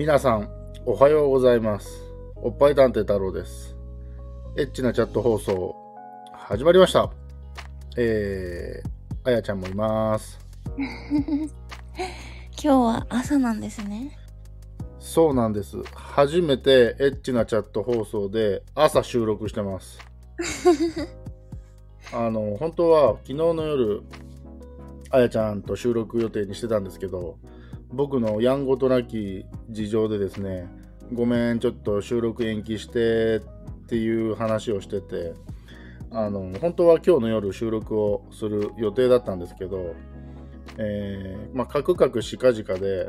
皆さんおはようございます。おっぱい探偵太郎です。エッチなチャット放送始まりました。あやちゃんもいます。 今日は朝なんですね。 そうなんです。初めてエッチなチャット放送で朝収録してます。本当は昨日の夜あやちゃんと収録予定にしてたんですけど、僕のやんごとなき事情でですね、ごめんちょっと収録延期してっていう話をしてて、本当は今日の夜収録をする予定だったんですけど、カクカクしかじかで、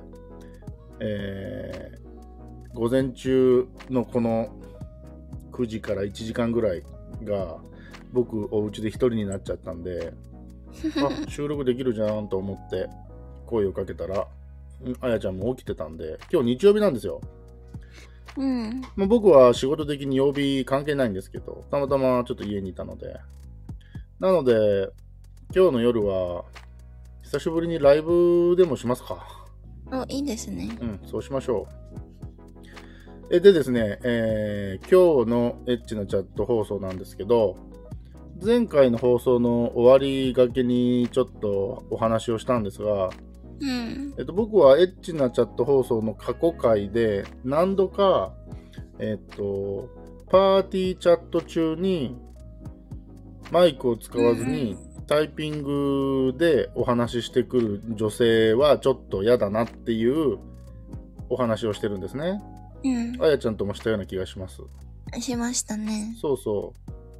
午前中のこの9時から1時間ぐらいが僕お家で一人になっちゃったんで収録できるじゃんと思って声をかけたら、あやちゃんも起きてたんで、今日日曜日なんですよ。僕は仕事的に曜日関係ないんですけど、たまたまちょっと家にいたので、なので今日の夜は久しぶりにライブでもしますか。 いいですね。 そうしましょう。でですね、今日のエッチなチャット放送なんですけど、前回の放送の終わりがけにちょっとお話をしたんですが、僕はエッチなチャット放送の過去回で何度か、パーティーチャット中にマイクを使わずにタイピングでお話ししてくる女性はちょっと嫌だなっていうお話をしてるんですね。あやちゃんともしたような気がします。 しましたね。 そうそう。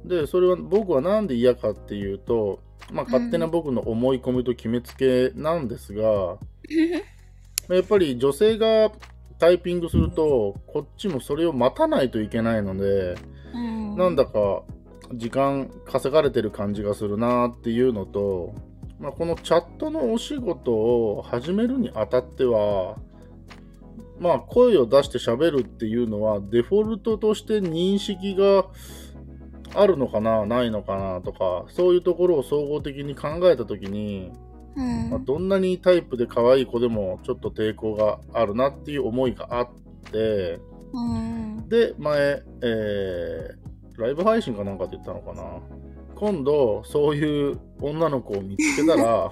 で、それは僕はなんで嫌かっていうと、勝手な僕の思い込みと決めつけなんですが、やっぱり女性がタイピングするとこっちもそれを待たないといけないので、なんだか時間稼がれてる感じがするなっていうのと、このチャットのお仕事を始めるにあたっては、声を出して喋るっていうのはデフォルトとして認識があるのかなないのかなとか、そういうところを総合的に考えたときに、どんなにタイプで可愛い子でもちょっと抵抗があるなっていう思いがあって、で前、ライブ配信かなんかで言ったのかな、今度そういう女の子を見つけたら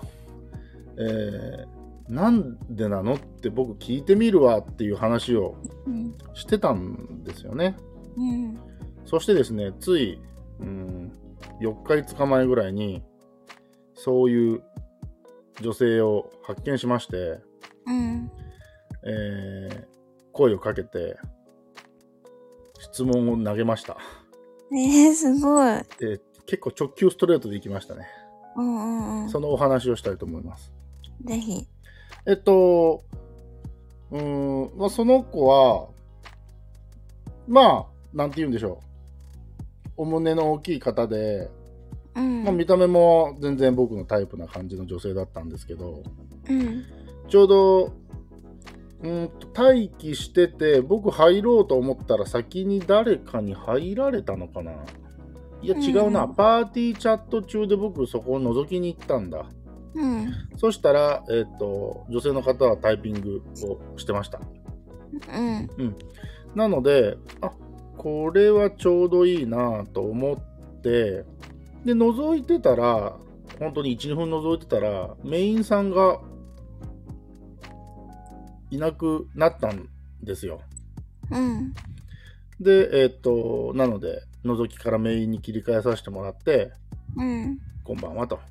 なんでなのって僕聞いてみるわっていう話をしてたんですよね。そしてですね、つい4日5日前ぐらいにそういう女性を発見しまして、声をかけて質問を投げました。 すごい。 結構直球ストレートでいきましたね。そのお話をしたいと思います。 ぜひ。 その子はなんて言うんでしょう、お胸の大きい方で、見た目も全然僕のタイプな感じの女性だったんですけど、ちょうど待機してて僕入ろうと思ったら先に誰かに入られたのかな。いや違うな、パーティーチャット中で僕そこを覗きに行ったんだ。そしたら、女性の方はタイピングをしてました。なので、これはちょうどいいなと思って、で覗いてたら、本当に 1,2 分覗いてたらメインさんがいなくなったんですよ。でなので覗きからメインに切り替えさせてもらって、こんばんはと、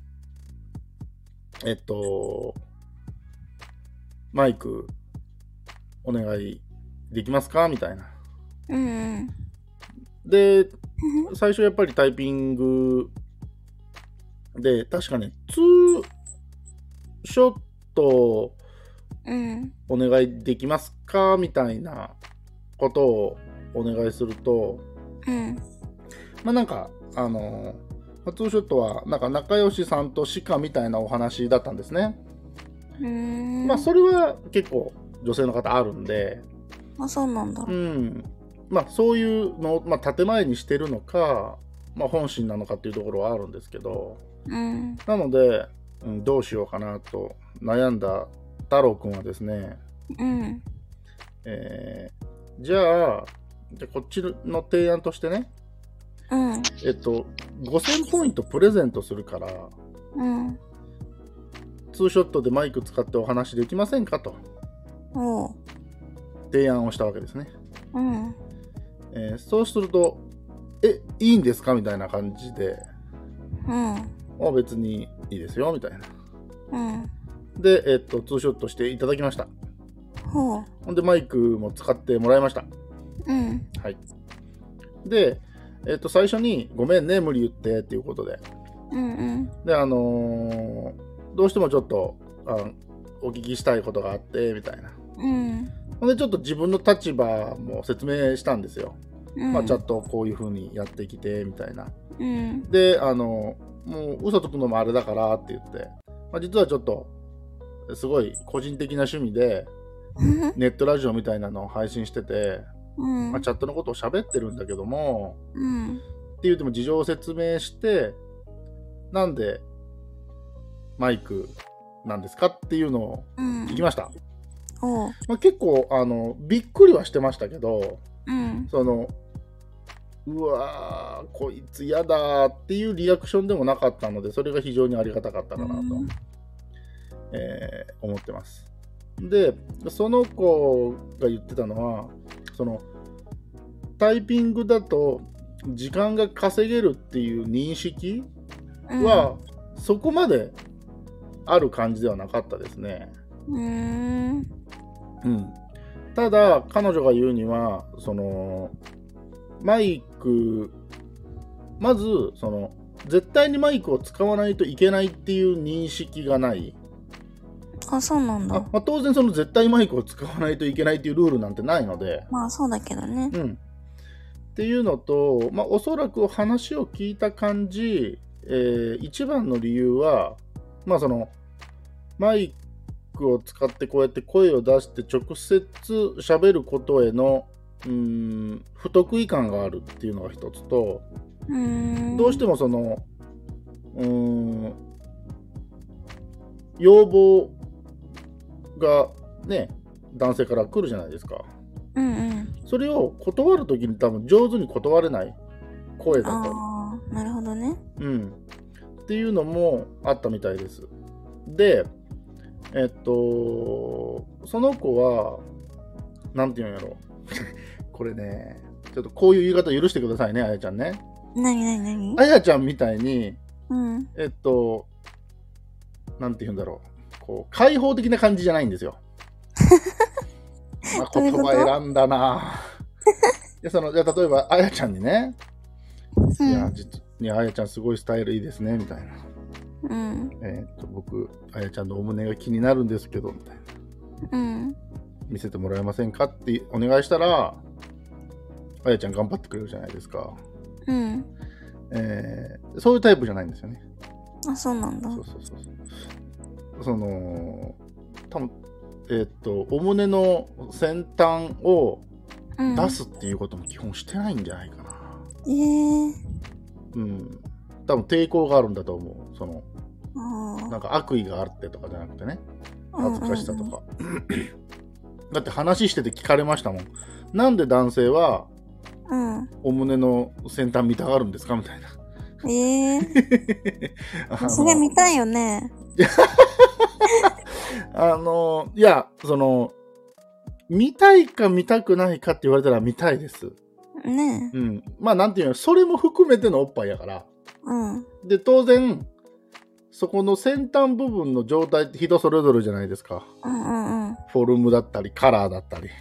マイクお願いできますかみたいな。で最初やっぱりタイピングで確かね2ショットお願いできますかみたいなことをお願いすると、なんか2ショットはなんか仲良しさんとしかみたいなお話だったんですね。それは結構女性の方あるんで、 そうなんだ。 そういうのを、建前にしてるのか、本心なのかっていうところはあるんですけど、なので、どうしようかなと悩んだ太郎くんはですね、 じゃあこっちの提案としてね、5000ポイントプレゼントするから、ツーショットでマイク使ってお話できませんかと提案をしたわけですね。そうするといいんですかみたいな感じで、別にいいですよみたいな、で、ツーショットしていただきました。ほんでマイクも使ってもらいました。はい。で、最初にごめんね無理言ってっていうことで、でどうしてもちょっとお聞きしたいことがあってみたいな、ほんでちょっと自分の立場も説明したんですよ。チャットをこういう風にやってきてみたいな、でもう嘘つくのもあれだからって言って、実はちょっとすごい個人的な趣味でネットラジオみたいなのを配信してて、チャットのことを喋ってるんだけども、って言っても事情を説明して、なんでマイクなんですかっていうのを聞きました。結構びっくりはしてましたけど、うわーこいつ嫌だっていうリアクションでもなかったので、それが非常にありがたかったかなと、思ってます。でその子が言ってたのは、タイピングだと時間が稼げるっていう認識はそこまである感じではなかったですね。ただ彼女が言うには、マイク、まず絶対にマイクを使わないといけないっていう認識がない。 そうなんだ。 当然絶対マイクを使わないといけないっていうルールなんてないので、 そうだけどね。 っていうのと、おそらく話を聞いた感じ、一番の理由は、マイクを使ってこうやって声を出して直接喋ることへの不得意感があるっていうのが一つと、どうしても要望がね男性から来るじゃないですか。それを断るときに多分上手に断れない声だと。 なるほどね。 っていうのもあったみたいです。でその子はなんていうんやろこれね、ちょっとこういう言い方許してくださいね、あやちゃんね。 何あやちゃんみたいに、なんていうんだろう、こう開放的な感じじゃないんですよ。言葉選んだな。じゃあ例えばあやちゃんにね、いやあやちゃんすごいスタイルいいですねみたいな。僕あやちゃんのお胸が気になるんですけどみたいな。見せてもらえませんかってお願いしたら、あやちゃん頑張ってくれるじゃないですか。そういうタイプじゃないんですよね。 そうなんだ。 多分お胸の先端を出すっていうことも基本してないんじゃないかな。多分抵抗があるんだと思う。なんか悪意があってとかじゃなくてね、恥ずかしさとか。だって話してて聞かれましたもん。なんで男性はお胸の先端見たがるんですかみたいな。 それ見たいよね。 いや見たいか見たくないかって言われたら見たいですね。 なんていうの、それも含めてのおっぱいやから。で当然そこの先端部分の状態って人それぞれじゃないですか。フォルムだったりカラーだったり、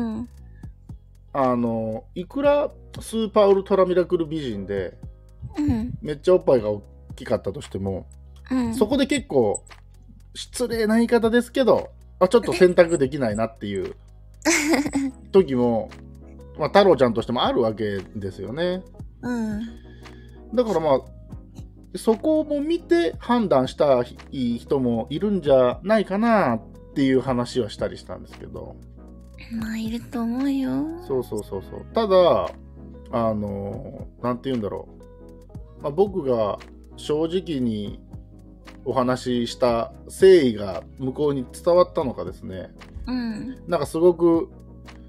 いくらスーパーウルトラミラクル美人で、めっちゃおっぱいが大きかったとしても、そこで結構失礼な言い方ですけど、ちょっと選択できないなっていう時も、太郎ちゃんとしてもあるわけですよね。だからそこも見て判断したい人もいるんじゃないかなっていう話はしたりしたんですけど。 いると思うよ。 ただなんて言うんだろう、僕が正直にお話しした誠意が向こうに伝わったのかですね、なんかすごく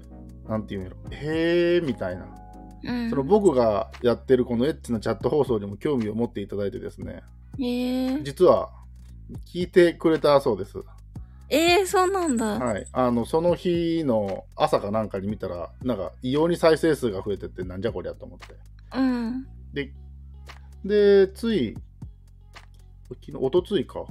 なんていうんやろ、へーみたいな、 うん。 その僕がやってるこのエッチなチャット放送にも興味を持っていただいてですね、実は聞いてくれたそうです。 そうなんだ。 はい。その日の朝かなんかに見たら、なんか異様に再生数が増えてて、なんじゃこりゃと思って。 うん。 で、つい、おとついか。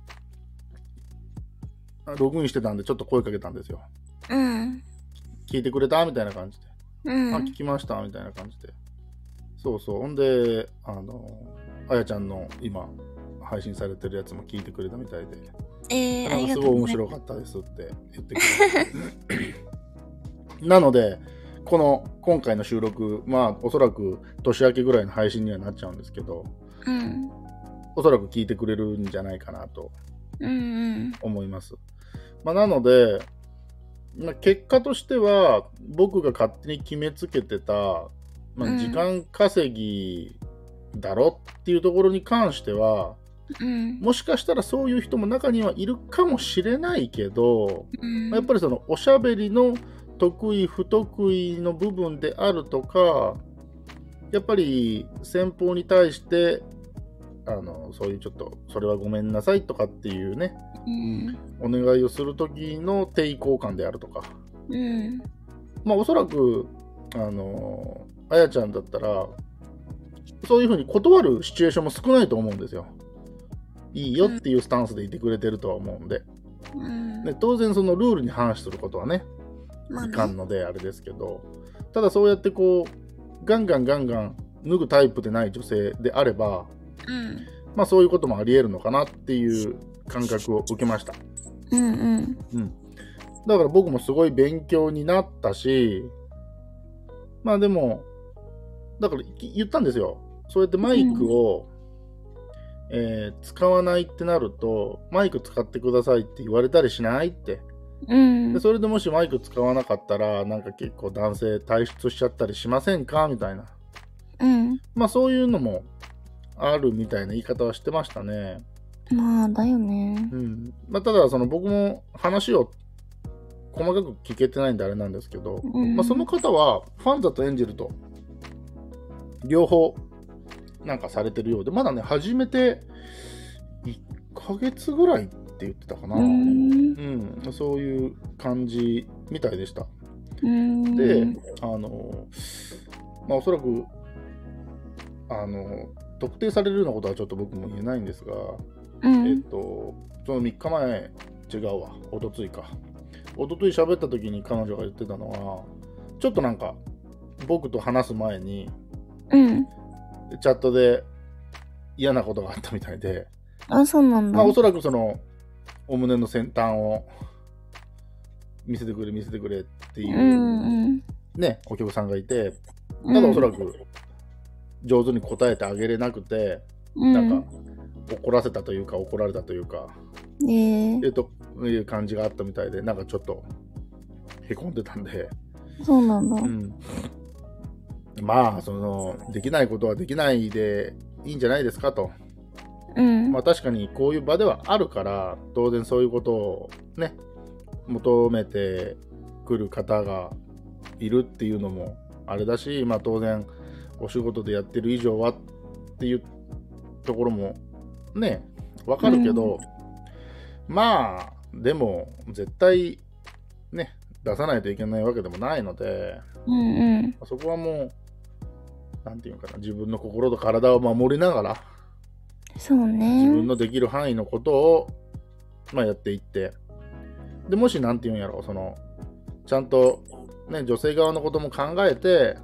ログインしてたんで、ちょっと声かけたんですよ。 うん。 聞いてくれたみたいな感じで。 うん。 聞きましたみたいな感じで。そうそう。ほんで、あやちゃんの今、配信されてるやつも聞いてくれたみたいで。なんかすごい面白かったですって言ってくれて。なので、今回の収録、まあ、おそらく年明けぐらいの配信にはなっちゃうんですけど、 うん。 おそらく聞いてくれるんじゃないかなとうん思います。まあ、なので、結果としては、僕が勝手に決めつけてた、時間稼ぎだろっていうところに関しては、もしかしたらそういう人も中にはいるかもしれないけど、やっぱりそのおしゃべりの得意不得意の部分であるとか、やっぱり先方に対してそういうちょっとそれはごめんなさいとかっていうね、お願いをする時の抵抗感であるとか、まあおそらくあやちゃんだったらそういうふうに断るシチュエーションも少ないと思うんですよ。いいよっていうスタンスでいてくれてるとは思うんで、で当然そのルールに反することはね、いかんのであれですけど、ただそうやってこうガンガン脱ぐタイプでない女性であれば、まあそういうこともありえるのかなっていう感覚を受けました。だから僕もすごい勉強になったし、まあでもだから言ったんですよ。そうやってマイクを、使わないってなると、マイク使ってくださいって言われたりしないって。でそれでもしマイク使わなかったら、なんか結構男性退出しちゃったりしませんかみたいな。まあそういうのもあるみたいな言い方はしてましたね。 まあだよね。 まあただその僕も話を細かく聞けてないんであれなんですけど、まあその方はファンザとエンジェルと両方なんかされてるようで、まだね始めて1ヶ月ぐらいって言ってたかな。そういう感じみたいでした。で、まあおそらく特定されるようなことはちょっと僕も言えないんですが、その3日前、違うわ、おとつい喋った時に彼女が言ってたのは、ちょっとなんか僕と話す前に、チャットで嫌なことがあったみたいで、 そうなんだ。 まあおそらくそのお胸の先端を見せてくれっていうね、お客さんがいて、ただおそらく上手に答えてあげれなくて、なんか怒らせたというか怒られたというか、いう感じがあったみたいで、なんかちょっとへこんでたんで。 そうなんだ。 まあそのできないことはできないでいいんじゃないですかと。まあ確かにこういう場ではあるから、当然そういうことをね求めてくる方がいるっていうのもあれだし、まあ当然お仕事でやってる以上はっていうところもねわかるけど、まあでも絶対ね出さないといけないわけでもないので、そこはもうなんていうかな、自分の心と体を守りながら、 そうね、 自分のできる範囲のことをまあやっていって、でもしなんていうんやろ、そのちゃんとね女性側のことも考えて、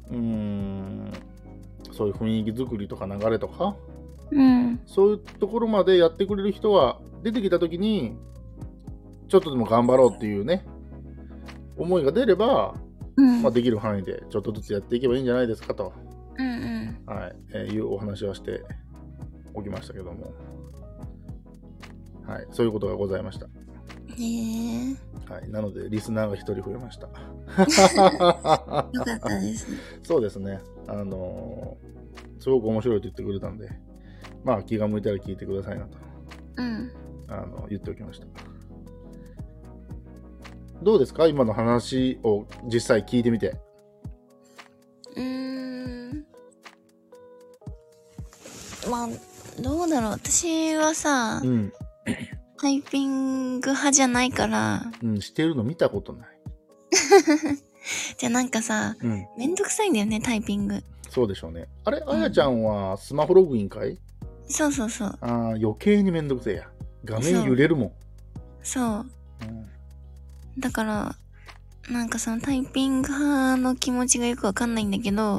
そういう雰囲気作りとか流れとか、そういうところまでやってくれる人が出てきたときに、ちょっとでも頑張ろうっていうね思いが出れば、まあ、できる範囲でちょっとずつやっていけばいいんじゃないですかと、いうお話はしておきましたけども、はい、そういうことがございました。はい、なのでリスナーが1人増えました。 よかったですね。 そうですね。すごく面白いと言ってくれたんで、まあ気が向いたら聞いてくださいなと、言っておきました。 どうですか今の話を実際聞いてみて。 まあ、どうだろう。私はさ、 うん。 タイピング派じゃないから。 うん、してるの見たことない。 じゃあなんかさ、めんどくさいんだよね、タイピング。 そうでしょうね。あれ、あやちゃんはスマホログインかい？ そうそうそう。 余計にめんどくせえや。画面揺れるもん。 そう。だから、なんかそのタイピング派の気持ちがよくわかんないんだけど、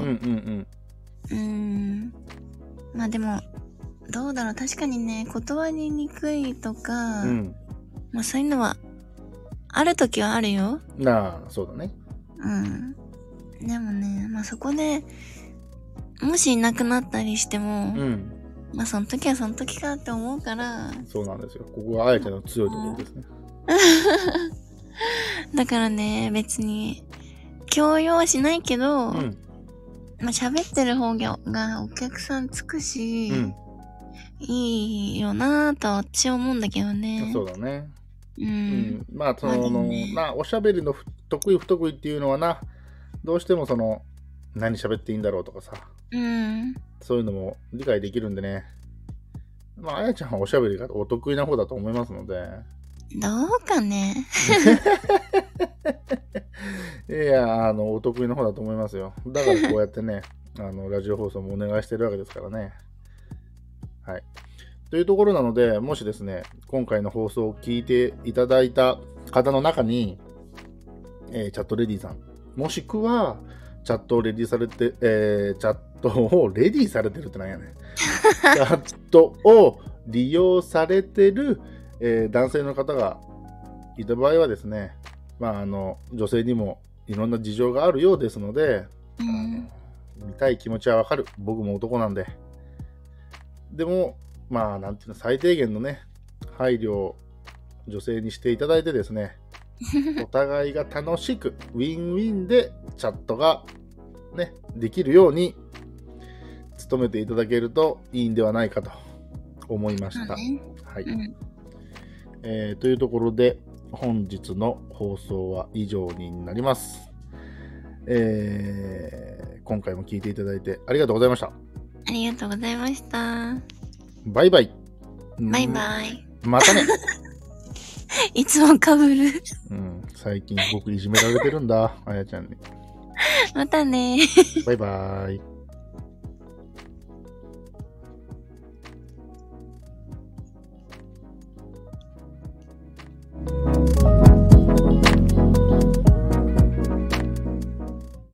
まあでも、どうだろう。確かにね、断りにくいとか、まあそういうのは、あるときはあるよ。 そうだね。 でもね、まあそこで、もしいなくなったりしても、まあその時はその時かって思うから。 そうなんですよ。ここがあやちゃんの強いところですね。 だからね、別に、強要はしないけど、まあ喋ってる方がお客さんつくし、いいよなぁと私は思うんだけどね。 そうだね。まあおしゃべりの得意不得意っていうのはな、どうしても何喋っていいんだろうとかさ、そういうのも理解できるんでね。まああやちゃんはおしゃべりがお得意な方だと思いますので。 どうかね。 いや、お得意な方だと思いますよ。だからこうやってね、ラジオ放送もお願いしてるわけですからね。はい。というところなので、もしですね、今回の放送を聞いていただいた方の中に、チャットレディさん、もしくは、チャットをレディされて、チャットをレディされてるってなんやね。チャットを利用されてる、男性の方がいた場合はですね、まあ、女性にもいろんな事情があるようですので、見たい気持ちはわかる。僕も男なんで。でも、まあ、なんていうの、最低限のね、配慮を女性にしていただいてですね、お互いが楽しく、ウィンウィンでチャットがね、できるように努めていただけるといいんではないかと思いました。はい。というところで、本日の放送は以上になります。今回も聞いていただいてありがとうございました。 ありがとうございました。 バイバイ。 バイバイ。 またね。 いつもかぶる。 最近僕いじめられてるんだ、あやちゃんに。 またね。 バイバイ。